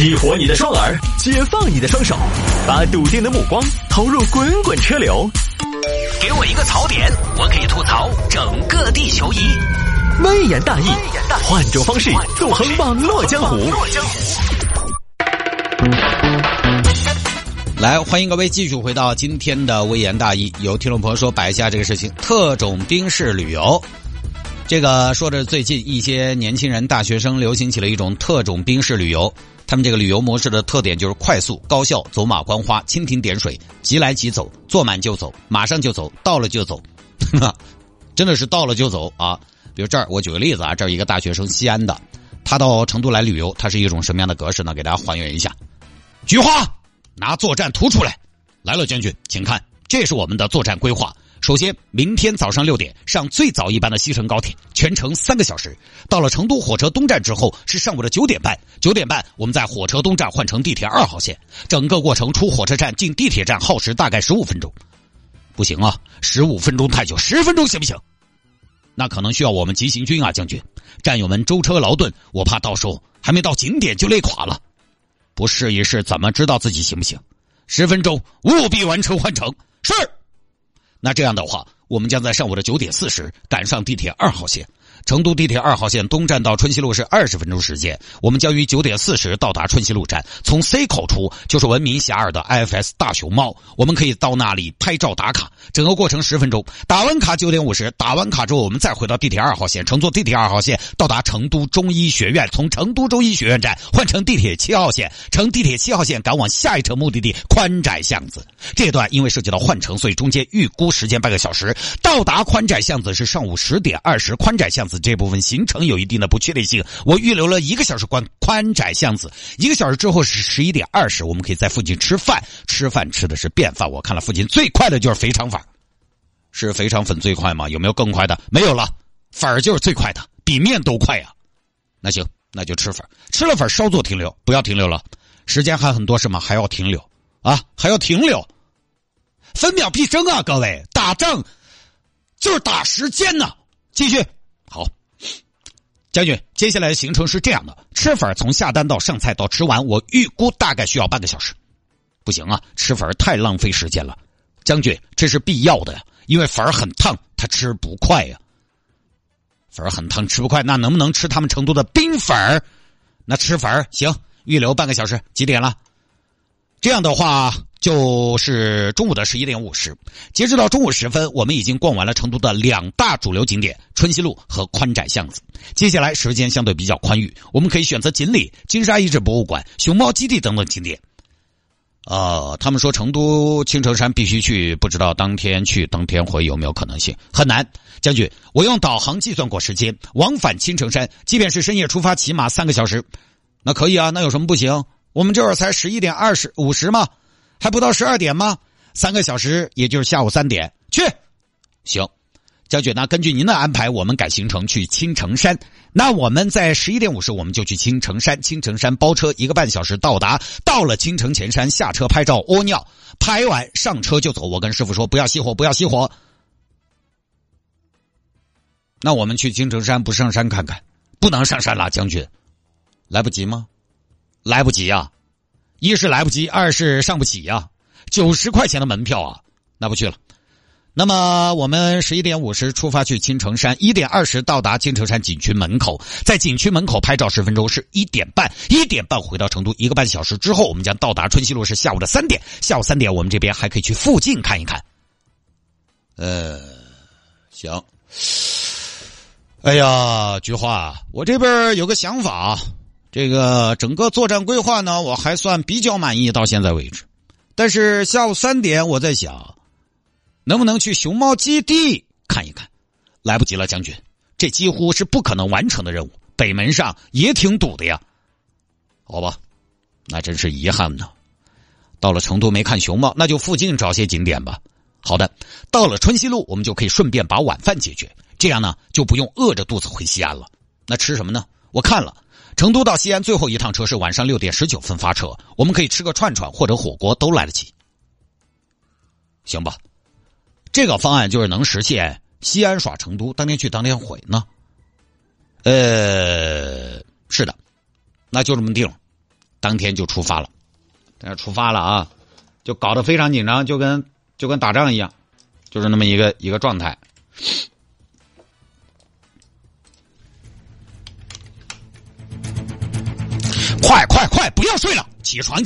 激活你的双耳，解放你的双手，把笃定的目光投入滚滚车流。 给我一个槽点，我可以吐槽整个地球仪。 微言大义，换种方式纵横网络江湖。 来，欢迎各位继续回到今天的微言大义。有听众朋友说摆一下这个事情，特种兵式旅游。这个说着最近一些年轻人大学生流行起了一种特种兵式旅游，他们这个旅游模式的特点就是快速高效，走马观花，蜻蜓点水，急来急走，坐满就走，马上就走，到了就走。真的是到了就走啊。比如这儿我举个例子啊，这儿一个大学生西安的，他到成都来旅游，他是一种什么样的格式呢？给大家还原一下。菊花，拿作战图出来。来了，将军，请看，这是我们的作战规划。首先，明天早上6点上最早一班的西成高铁，全程3个小时。到了成都火车东站之后是上午的9点半，9点半我们在火车东站换乘地铁2号线，整个过程出火车站进地铁站耗时大概15分钟。不行啊，15分钟太久，10分钟行不行？那可能需要我们急行军啊，将军。战友们舟车劳顿，我怕到时候还没到景点就累垮了。不试一试怎么知道自己行不行？10分钟务必完成换乘。是。那这样的话，我们将在上午的9点40赶上地铁2号线。成都地铁2号线东站到春熙路是20分钟时间，我们将于9点40到达春熙路站，从 C 口出就是闻名遐迩的 IFS 大熊猫，我们可以到那里拍照打卡，整个过程10分钟。打完卡9点50，打完卡之后我们再回到地铁2号线，乘坐地铁2号线到达成都中医学院，从成都中医学院站换乘地铁7号线，乘地铁7号线赶往下一程目的地宽窄巷子。这段因为涉及到换乘，所以中间预估时间半个小时。到达宽窄巷子是上午10点20，宽窄巷子这部分行程有一定的不确定性，我预留了1个小时宽窄巷子，1个小时之后是11点20，我们可以在附近吃饭吃的是便饭，我看了附近最快的就是肥肠粉。是肥肠粉最快吗？有没有更快的？没有了，粉就是最快的，比面都快啊。那行，那就吃粉，吃了粉稍作停留，不要停留了，时间还很多是吗？还要停留啊，还要停留，分秒必争啊，各位，打仗就是打时间呢。继续，好，将军，接下来的行程是这样的：吃粉从下单到上菜到吃完，我预估大概需要半个小时。不行啊，吃粉太浪费时间了。将军，这是必要的呀，因为粉很烫，它吃不快呀。粉很烫，吃不快，那能不能吃他们成都的冰粉？那吃粉行，预留半个小时。几点了？这样的话就是中午的11点50，截止到中午10分，我们已经逛完了成都的2大主流景点春熙路和宽窄巷子。接下来时间相对比较宽裕，我们可以选择锦里、金沙遗址博物馆、熊猫基地等等景点。他们说成都青城山必须去，不知道当天去当天回有没有可能性？很难。将军，我用导航计算过时间，往返青城山即便是深夜出发起码3个小时。那可以啊，那有什么不行？我们这会儿才11点50吗？还不到12点吗？3个小时也就是下午3点去。行，将军，那根据您的安排，我们改行程去青城山。那我们在11点50我们就去青城山，青城山包车1个半小时到达，到了青城前山下车拍照屙尿，拍完上车就走。我跟师傅说不要熄火，不要熄火。那我们去青城山不上山看看？不能上山了，将军，来不及吗？来不及啊，一是来不及，二是上不起啊，90块钱的门票啊，那不去了。那么我们11点50出发去青城山，1点20到达青城山景区门口，在景区门口拍照10分钟是1点半，1点半回到成都，1个半小时之后我们将到达春熙路是下午的3点，下午3点我们这边还可以去附近看一看。行。哎呀，菊花，我这边有个想法，这个整个作战规划呢，我还算比较满意到现在为止。但是下午3点我在想，能不能去熊猫基地看一看？来不及了，将军，这几乎是不可能完成的任务。北门上也挺堵的呀。好吧，那真是遗憾呢。到了成都没看熊猫，那就附近找些景点吧。好的，到了春熙路，我们就可以顺便把晚饭解决，这样呢就不用饿着肚子回西安了。那吃什么呢？我看了，成都到西安最后一趟车是晚上6点19分发车，我们可以吃个串串或者火锅都来得及。行吧，这个方案就是能实现西安耍成都，当天去当天回呢？是的，那就这么定了。 当天就出发了。啊，就搞得非常紧张，就跟打仗一样，就是那么一个状态。快，不要睡了，起床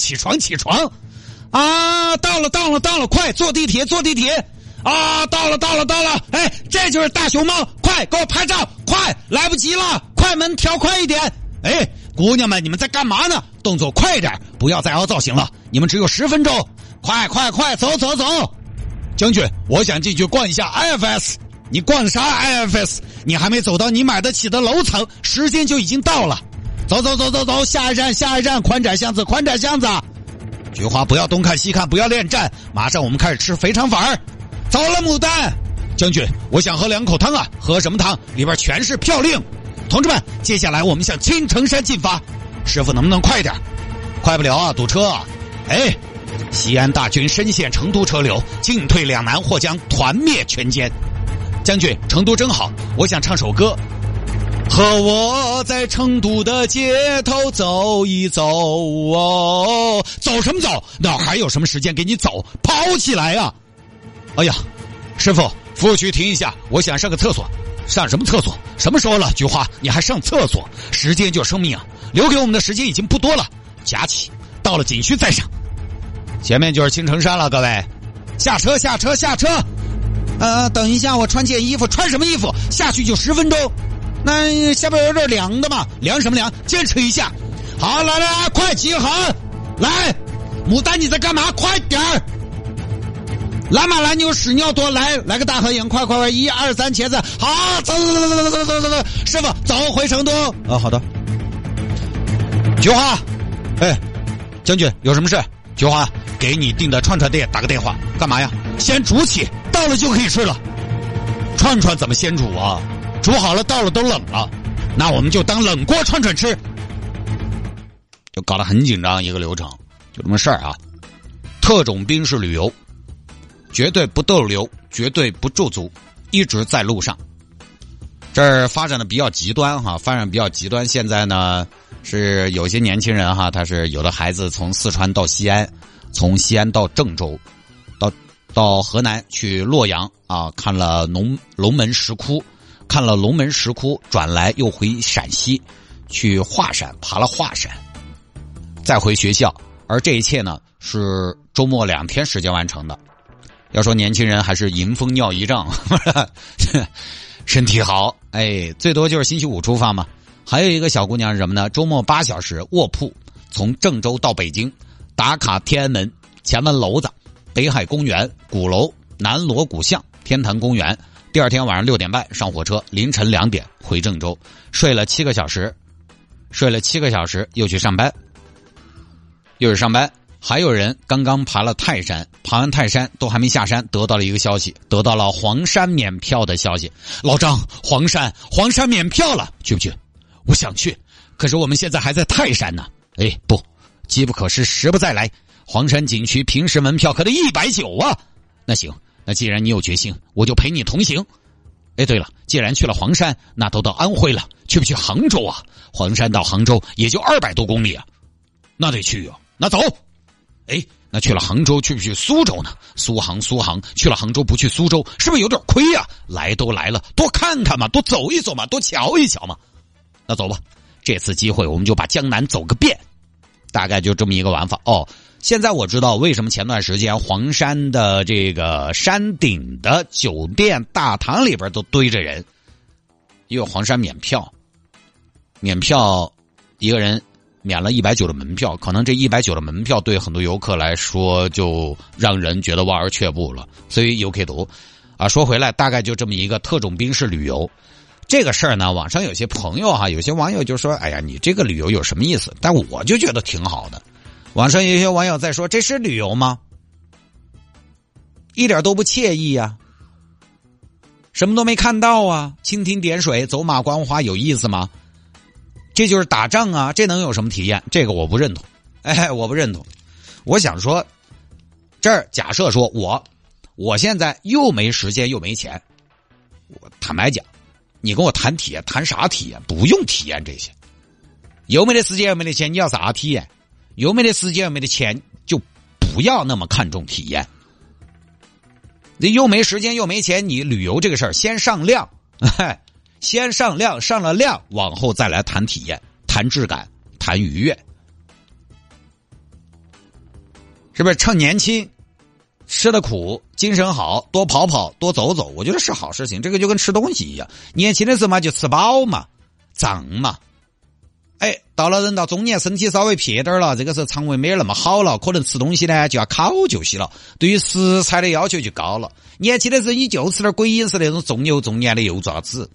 啊！到了，快坐地铁啊！到了，哎，这就是大熊猫，快给我拍照，快，来不及了，快门调快一点。哎，姑娘们，你们在干嘛呢？动作快一点，不要再凹造型了，你们只有10分钟，快，走。将军，我想进去逛一下 IFS。你逛啥 IFS？ 你还没走到你买得起的楼层，时间就已经到了。走，下一站，宽窄巷子。菊花，不要东看西看，不要恋战，马上我们开始吃肥肠粉儿。走了，牡丹。将军，我想喝2口汤啊，喝什么汤？里边全是嘌呤。同志们，接下来我们向青城山进发。师傅能不能快点？快不了啊，堵车啊。哎，西安大军深陷成都车流，进退两难，或将团灭全歼。将军，成都真好，我想唱首歌。和我在成都的街头走一走哦，走什么走？哪还有什么时间给你走？跑起来啊！哎呀，师傅，服务区停一下，我想上个厕所。上什么厕所？什么时候了，菊花？你还上厕所？时间就是生命啊！留给我们的时间已经不多了，夹起，到了景区再上。前面就是青城山了，各位，下车！等一下，我穿件衣服。穿什么衣服？下去就10分钟。那下边有点凉的嘛？凉什么凉？坚持一下。好，来，快集合！来，牡丹你在干嘛？快点儿！蓝马蓝牛屎尿多，来个大合影，快，1、2、3，茄子，好，走，师傅，走回成都。好的。菊花，哎，将军有什么事？菊花，给你订的串串店打个电话，干嘛呀？先煮起，到了就可以吃了。串串怎么先煮啊？煮好了，到了都冷了，那我们就当冷锅串串吃。就搞得很紧张一个流程，就这么事儿啊。特种兵式旅游，绝对不逗留，绝对不驻足，一直在路上。这儿发展的比较极端哈，现在呢是有些年轻人哈，他是有的孩子从四川到西安，从西安到郑州，到河南去洛阳啊，看了龙门石窟。转来又回陕西，去华山，爬了华山，再回学校。而这一切呢，是周末2天时间完成的。要说年轻人还是迎风尿一丈，身体好，哎，最多就是星期5出发嘛。还有一个小姑娘是什么呢？周末8小时卧铺，从郑州到北京，打卡天安门、前门楼子、北海公园、鼓楼、南锣鼓巷、天坛公园。第二天晚上6点半上火车，凌晨2点回郑州，睡了7个小时，又去上班。还有人刚刚爬了泰山，爬完泰山都还没下山，得到了一个消息，得到了黄山免票的消息。老张，黄山免票了，去不去？我想去，可是我们现在还在泰山呢。哎，不，机不可失，时不再来。黄山景区平时门票可得190啊。那行。那既然你有决心，我就陪你同行。哎，对了，既然去了黄山，那都到安徽了，去不去杭州啊？黄山到杭州也就200多公里啊，那得去啊。那走。哎，那去了杭州，去不去苏州呢？苏杭，去了杭州不去苏州，是不是有点亏啊？来都来了，多看看嘛，多走一走嘛，多瞧一瞧嘛。那走吧，这次机会我们就把江南走个遍，大概就这么一个玩法哦。现在我知道为什么前段时间黄山的这个山顶的酒店大堂里边都堆着人，因为黄山免票一个人免了190的门票，可能这190的门票对很多游客来说就让人觉得望而却步了，所以有可读啊。说回来，大概就这么一个特种兵式旅游。这个事儿呢，网上有些朋友有些网友就说，哎呀，你这个旅游有什么意思？但我就觉得挺好的。网上有些网友在说，这是旅游吗？一点都不惬意啊，什么都没看到啊，蜻蜓点水，走马观花，有意思吗？这就是打仗啊，这能有什么体验？这个我不认同。我不认同。我想说，这儿假设说我现在又没时间又没钱，我坦白讲，你跟我谈体验，谈啥体验？不用体验这些。有没得时间，有没得钱，你要啥体验？ 又没得时间又没得钱，就不要那么看重体验。你又没时间又没钱，你旅游这个事儿先上量，先上量，上了量，往后再来谈体验，谈质感，谈愉悦，是不是？趁年轻，吃的苦，精神好，多跑跑，多走走，我觉得是好事情。这个就跟吃东西一样，年轻的时候嘛就吃饱嘛，胀嘛。到了人到中年，身体稍微撇点了，这个时候肠胃没有那么好了，可能吃东西呢就要考究些了，对于食材的要求就高了。年轻的时候你就吃点鬼饮食那种重油重盐的油爪子，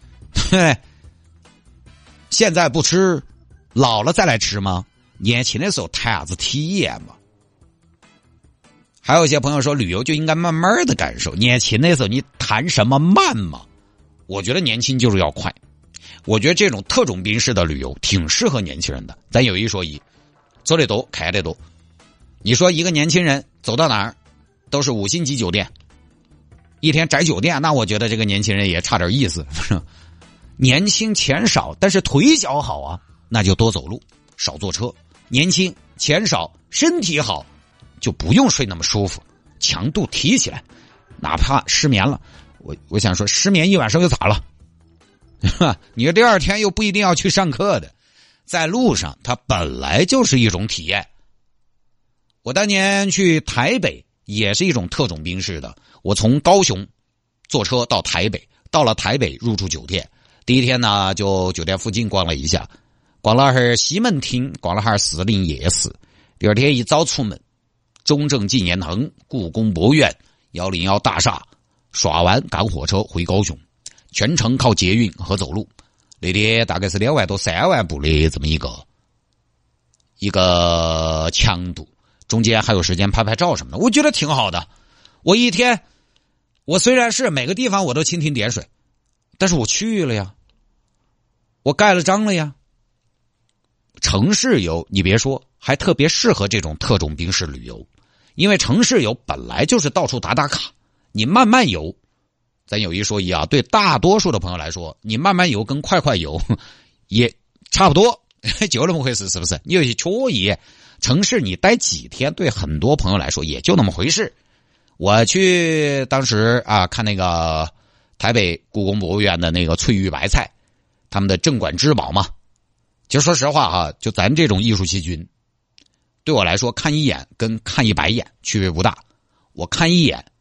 现在不吃，老了再来吃吗？年轻的时候谈啥子体验嘛？还有一些朋友说旅游就应该慢慢的感受，年轻的时候你谈什么慢嘛？我觉得年轻就是要快。我觉得这种特种兵式的旅游挺适合年轻人的。咱有一说一，走得多开得多。你说一个年轻人走到哪儿都是5星级酒店，一天宅酒店，那我觉得这个年轻人也差点意思。年轻钱少但是腿脚好啊，那就多走路少坐车。年轻钱少身体好，就不用睡那么舒服，强度提起来，哪怕失眠了，我想说失眠一晚上又咋了？你第二天又不一定要去上课的，在路上它本来就是一种体验。我当年去台北也是一种特种兵式的，我从高雄坐车到台北，到了台北入住酒店，第一天呢就酒店附近逛了一下，逛了会西门町，逛了会士林夜市。第二天一早出门，中正纪念堂、故宫博物院、101大厦，耍完赶火车回高雄，全程靠捷运和走路。那天大概是2万多3万步的这么一个强度，中间还有时间拍拍照什么的，我觉得挺好的。我一天，我虽然是每个地方我都蜻蜓点水，但是我去了呀，我盖了章了呀。城市游你别说，还特别适合这种特种兵式旅游，因为城市游本来就是到处打卡，你慢慢游。咱有一说一啊，对大多数的朋友来说，你慢慢游跟快快游也差不多，就那么回事，是不是？你有些缺意，城市你待几天，对很多朋友来说也就那么回事。我去当时啊看那个台北故宫博物院的那个翠玉白菜，他们的镇馆之宝嘛。其实说实话哈，就咱这种艺术细菌，对我来说看一眼跟看一白眼区别不大。我看一眼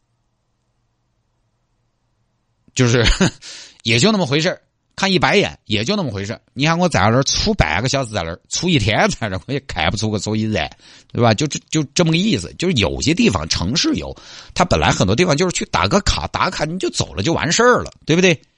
就是也就那么回事，看一白眼也就那么回事。你看我在那儿杵半个小时，在那儿杵一天在那儿，我也看不出个所以然，对吧？就这么个意思。就是有些地方城市游，它本来很多地方就是去打个卡打卡你就走了就完事儿了，对不对？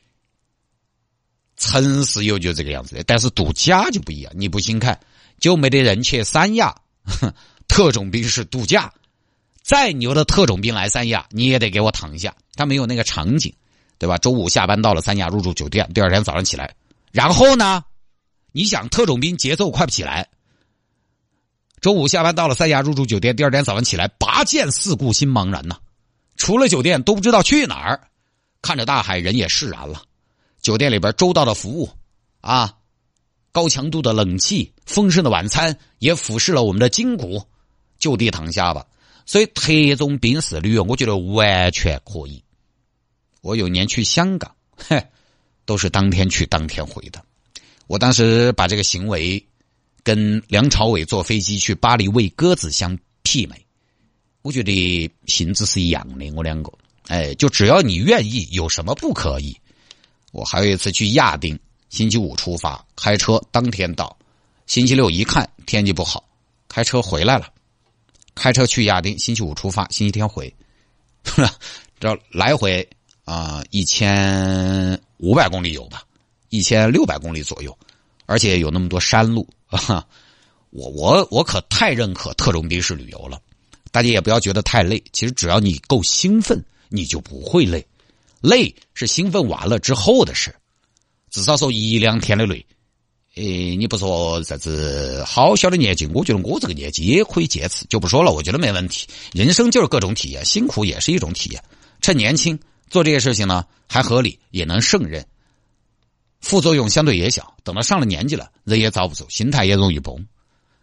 城市游就这个样子的，但是度假就不一样。你不信看，就没得人去三亚，特种兵式度假。再牛的特种兵来三亚，你也得给我躺下，他没有那个场景。对吧？周五下班到了三亚入住酒店，第二天早上起来，然后呢？你想特种兵节奏快不起来？周五下班到了三亚入住酒店，第二天早上起来，8件事故心茫然呐，除了酒店都不知道去哪儿，看着大海人也释然了。酒店里边周到的服务啊，高强度的冷气，丰盛的晚餐也俯视了我们的筋骨，就地躺下吧。所以特种兵式旅游，我觉得完全可以。我有年去香港，都是当天去当天回的。我当时把这个行为跟梁朝伟坐飞机去巴黎喂鸽子相媲美，我觉得性质是一样的。我两个，就只要你愿意，有什么不可以？我还有一次去亚丁，星期五出发，开车当天到，星期六一看天气不好，开车回来了。开车去亚丁，星期五出发，星期天回，这来回。1500公里有吧，1600公里左右，而且有那么多山路啊！我可太认可特种兵式旅游了，大家也不要觉得太累，其实只要你够兴奋，你就不会累。累是兴奋完了之后的事，至少说1-2天的累。你不说啥子好小的年纪，我觉得我这个年纪也可以坚持，就不说了，我觉得没问题。人生就是各种体验，辛苦也是一种体验，趁年轻。做这些事情呢还合理，也能胜任，副作用相对也小。等到上了年纪了，人也遭不住，心态也容易崩。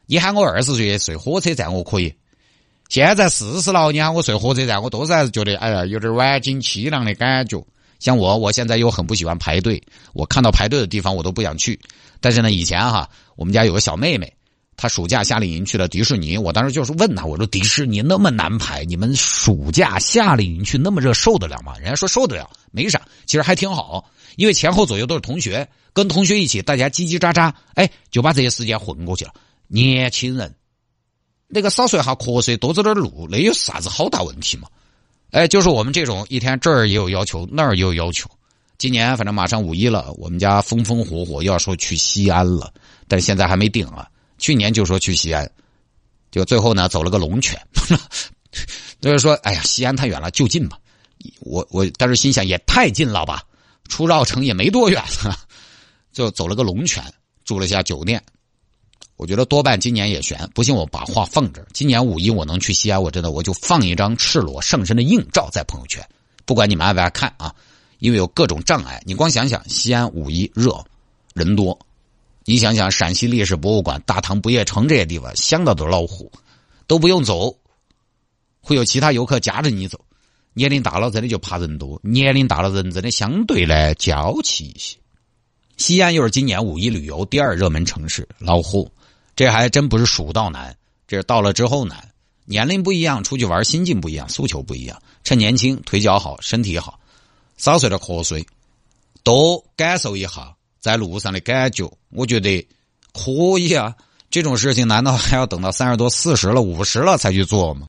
你喊我20岁睡火车站我可以，现在40了，你喊我睡火车站，我多少还是觉得哎呀有点晚景凄凉的感觉。像我现在又很不喜欢排队，我看到排队的地方我都不想去。但是呢，以前我们家有个小妹妹，她暑假夏令营去了迪士尼，我当时就是问她，我说迪士尼那么难排，你们暑假夏令营去那么热受得了吗？人家说受得了，没啥，其实还挺好，因为前后左右都是同学，跟同学一起，大家叽叽喳喳，就把这些时间混过去了。年轻人那个少睡下瞌睡多走点路，那有啥子好大问题吗？就是我们这种一天这儿也有要求那儿也有要求。今年反正马上5·1了，我们家风风火火要说去西安了，但是现在还没定啊。去年就说去西安，就最后呢走了个龙泉。就是说哎呀西安太远了，就近吧。我但是心想也太近了吧，出绕城也没多远就走了个龙泉，住了下酒店。我觉得多半今年也悬，不信我把话放这儿。今年5·1我能去西安，我就放一张赤裸上身的硬照在朋友圈，不管你们爱不爱看啊，因为有各种障碍。你光想想西安5·1热，人多，你想想陕西历史博物馆、大唐不夜城这些地方，香到都老虎，都不用走，会有其他游客夹着你走。年龄大了真的就怕人多，年龄大了人真的相对来娇气一些。西安又是今年5·1旅游第2热门城市，老虎。这还真不是蜀道难，这是到了之后难。年龄不一样，出去玩心境不一样，诉求不一样。趁年轻，腿脚好，身体好，少睡点瞌睡，多感受一下在路上的感觉，我觉得可以啊。这种事情难道还要等到30多、40了、50了才去做吗？